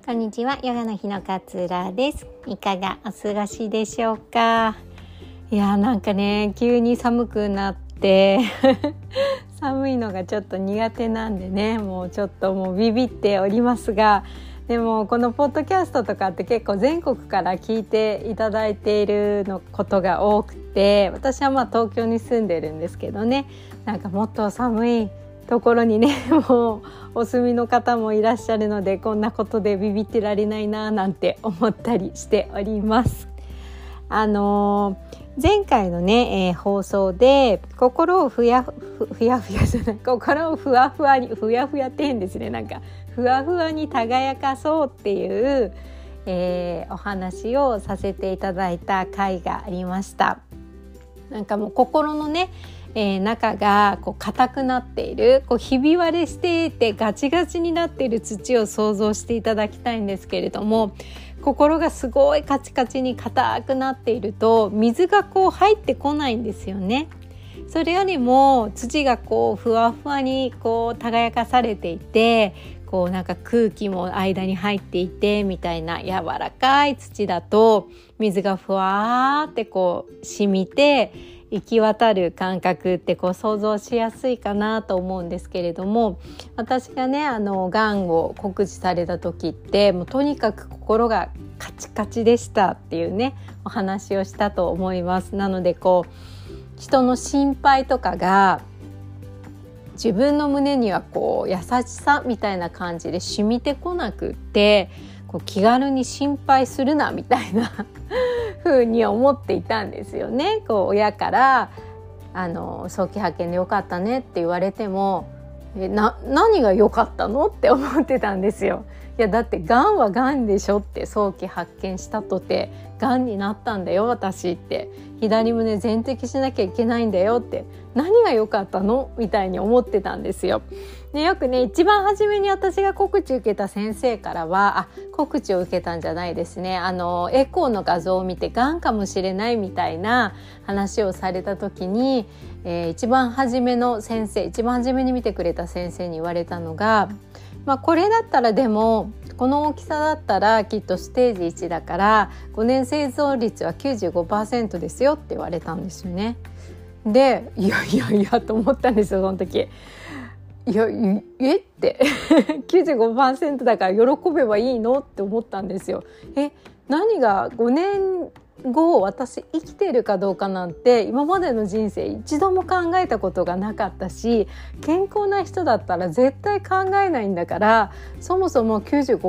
こんにちは、ヨガの日の勝浦です。いかがお過ごしでしょうか。いやなんかね、急に寒くなって寒いのがちょっと苦手なんでね、もうビビっておりますが、でもこのポッドキャストとかって結構全国から聞いていただいているのことが多くて、私は東京に住んでるんですけどね、なんかもっと寒いところにねもうお住みの方もいらっしゃるので、こんなことでビビってられないななんて思ったりしております。前回のね、放送で心をふわふわにふやふやって変ですね。なんかふわふわに輝かそうっていう、お話をさせていただいた回がありました。なんかもう心のね、中が硬くなっている、ひび割れしていてガチガチになっている土を想像していただきたいんですけれども、心がすごいカチカチに硬くなっていると水が入ってこないんですよね。それよりも土がふわふわに輝かされていて、なんか空気も間に入っていてみたいな柔らかい土だと、水がふわーって染みて行き渡る感覚って想像しやすいかなと思うんですけれども、私がねがんを告知された時ってもうとにかく心がカチカチでしたっていうねお話をしたと思います。なので人の心配とかが自分の胸には優しさみたいな感じで染みてこなくって、気軽に心配するなみたいな風に思っていたんですよね。親から早期発見でよかったねって言われても、何が良かったのって思ってたんですよ。いやだってがんはがんでしょって、早期発見したとてがんになったんだよ私って、左胸全摘しなきゃいけないんだよって、何が良かったのみたいに思ってたんですよ。でよくね、一番初めに私が告知受けた先生からは、告知を受けたんじゃないですね、エコーの画像を見てがんかもしれないみたいな話をされた時に、一番初めに見てくれた先生に言われたのが、これだったらでもこの大きさだったらきっとステージ1だから5年生存率は 95% ですよって言われたんですよね。でいやと思ったんですよ、その時。えって95% だから喜べばいいのって思ったんですよ。何が5年後私生きてるかどうかなんて今までの人生一度も考えたことがなかったし、健康な人だったら絶対考えないんだから、そもそも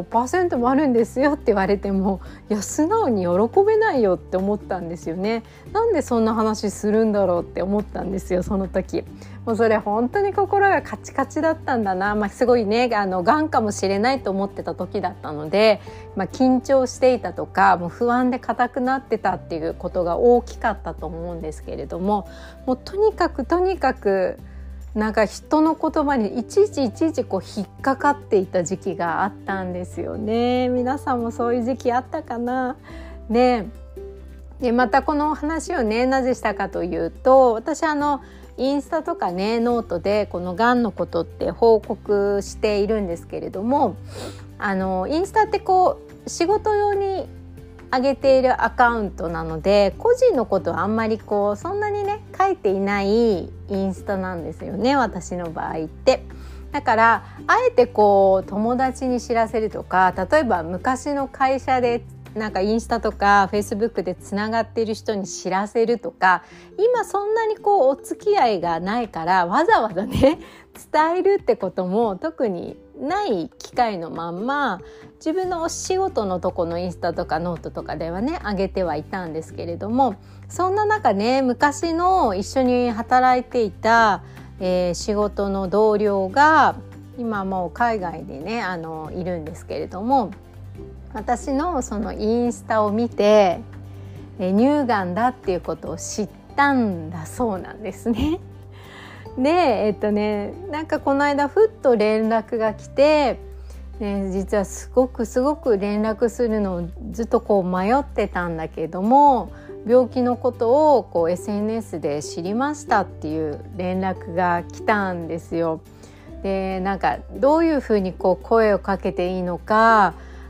95% もあるんですよって言われても、素直に喜べないよって思ったんですよね。なんでそんな話するんだろうって思ったんですよ、その時。もうそれ本当に心がカチカチだったんだな、すごいねがんかもしれないと思ってた時だったので、緊張していたとかもう不安で硬くなってたっていうことが大きかったと思うんですけれども、もうとにかくなんか人の言葉にいちいち引っかかっていた時期があったんですよね。皆さんもそういう時期あったかな。でまたこの話をねなぜしたかというと、私インスタとかねノートでこのがんのことって報告しているんですけれども、インスタって仕事用に上げているアカウントなので、個人のことはあんまりそんなにね書いていないインスタなんですよね、私の場合って。だからあえて友達に知らせるとか、例えば昔の会社でなんかインスタとかフェイスブックでつながっている人に知らせるとか、今そんなにお付き合いがないからわざわざね伝えるってことも特にない機会のまんま、自分のお仕事のとこのインスタとかノートとかではね上げてはいたんですけれども、そんな中ね昔の一緒に働いていた、仕事の同僚が今もう海外でねいるんですけれども、私のそのインスタを見て乳がんだっていうことを知ったんだそうなんですね。でなんかこの間ふっと連絡が来て、実はすごく連絡するのをずっと迷ってたんだけども、病気のことをSNS で知りましたっていう連絡が来たんですよ。でなんかどういうふうに声をかけていいのか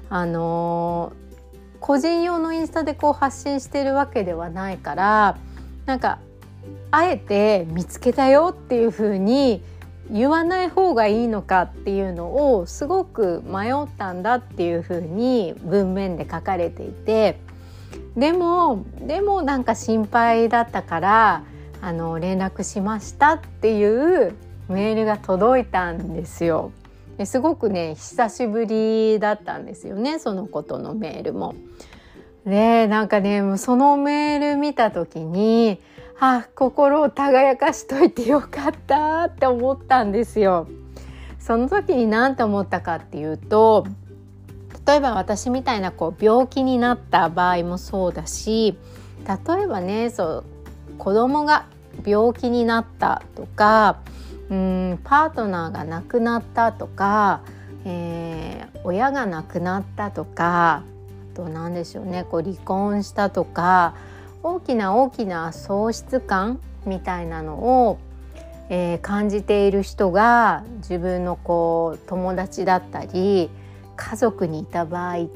個人用のインスタでこう発信してるわけではないから、なんかあえて見つけたよっていう風に言わない方がいいのかっていうのをすごく迷ったんだっていう風に文面で書かれていて、でもなんか心配だったから連絡しましたっていうメールが届いたんですよ。ですごくね久しぶりだったんですよね、そのことのメールも。でなんかねそのメール見た時に心を輝かしといてよかったって思ったんですよ。その時に何て思ったかっていうと、例えば私みたいな病気になった場合もそうだし、例えばね子供が病気になったとか、パートナーが亡くなったとか、親が亡くなったとか、あと何でしょうね、離婚したとか、大きな喪失感みたいなのを、感じている人が自分の友達だったり家族にいた場合って、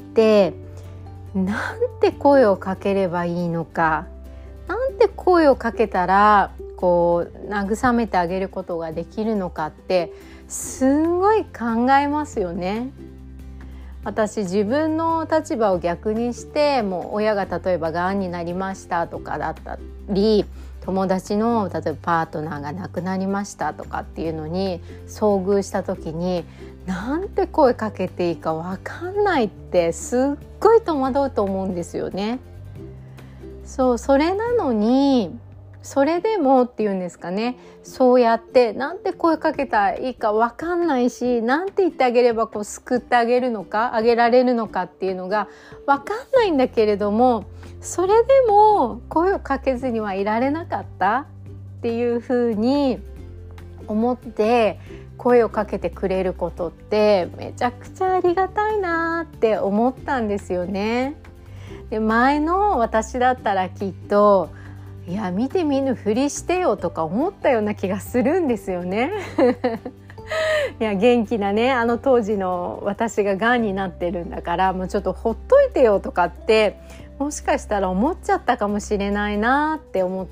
なんて声をかければいいのか、なんて声をかけたら慰めてあげることができるのかってすごい考えますよね。私自分の立場を逆にして、もう親が例えばがんになりましたとかだったり、友達の例えばパートナーが亡くなりましたとかっていうのに遭遇した時に、なんて声かけていいか分かんないってすっごい戸惑うと思うんですよね。それなのに、それでもっていうんですかね、そうやってなんて声かけたらいいか分かんないし、なんて言ってあげれば救ってあげられるのかっていうのが分かんないんだけれども、それでも声をかけずにはいられなかったっていうふうに思って声をかけてくれることってめちゃくちゃありがたいなって思ったんですよね。で前の私だったらきっといや見て見ぬふりしてよとか思ったような気がするんですよねいや元気なね当時の私ががんになってるんだから、もうちょっとほっといてよとかってもしかしたら思っちゃったかもしれないなって思って、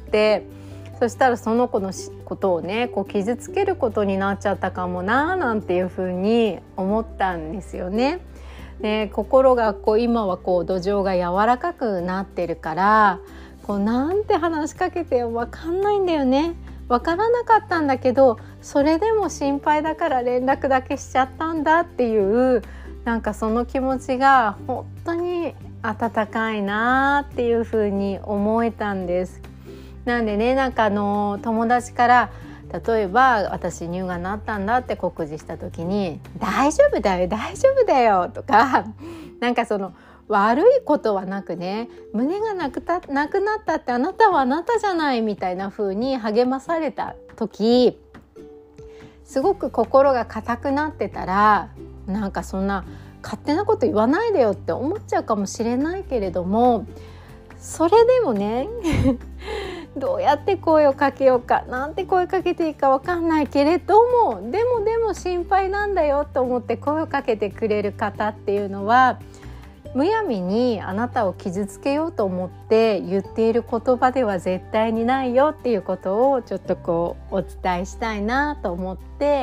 そしたらその子のことをね傷つけることになっちゃったかもななんていうふうに思ったんですよね。で心が今は土壌が柔らかくなってるから、なんて話しかけて分かんないんだよね。分からなかったんだけど、それでも心配だから連絡だけしちゃったんだっていう、なんかその気持ちが本当に温かいなっていうふうに思えたんです。なんでね、友達から例えば私乳がんになったんだって告示した時に、大丈夫だよとか、なんか悪いことはなくね、胸がなくなったってあなたはあなたじゃないみたいな風に励まされた時、すごく心が硬くなってたら、なんかそんな勝手なこと言わないでよって思っちゃうかもしれないけれども、それでもねどうやって声をかけようか、なんて声かけていいか分かんないけれども、でも心配なんだよと思って声をかけてくれる方っていうのは、むやみにあなたを傷つけようと思って言っている言葉では絶対にないよっていうことをちょっとお伝えしたいなと思って、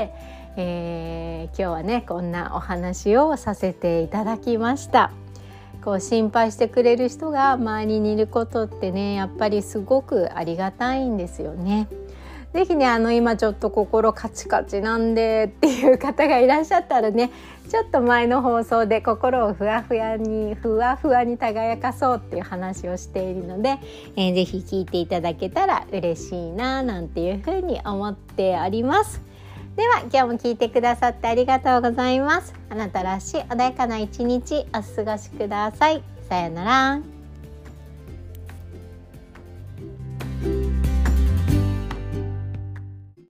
今日はねこんなお話をさせていただきました。心配してくれる人が周りにいることってね、やっぱりすごくありがたいんですよね。ぜひね今ちょっと心カチカチなんでっていう方がいらっしゃったらね、ちょっと前の放送で心をふわふわに輝かそうっていう話をしているので、ぜひ聞いていただけたら嬉しいななんていうふうに思っております。では今日も聞いてくださってありがとうございます。あなたらしい穏やかな一日お過ごしください。さよなら。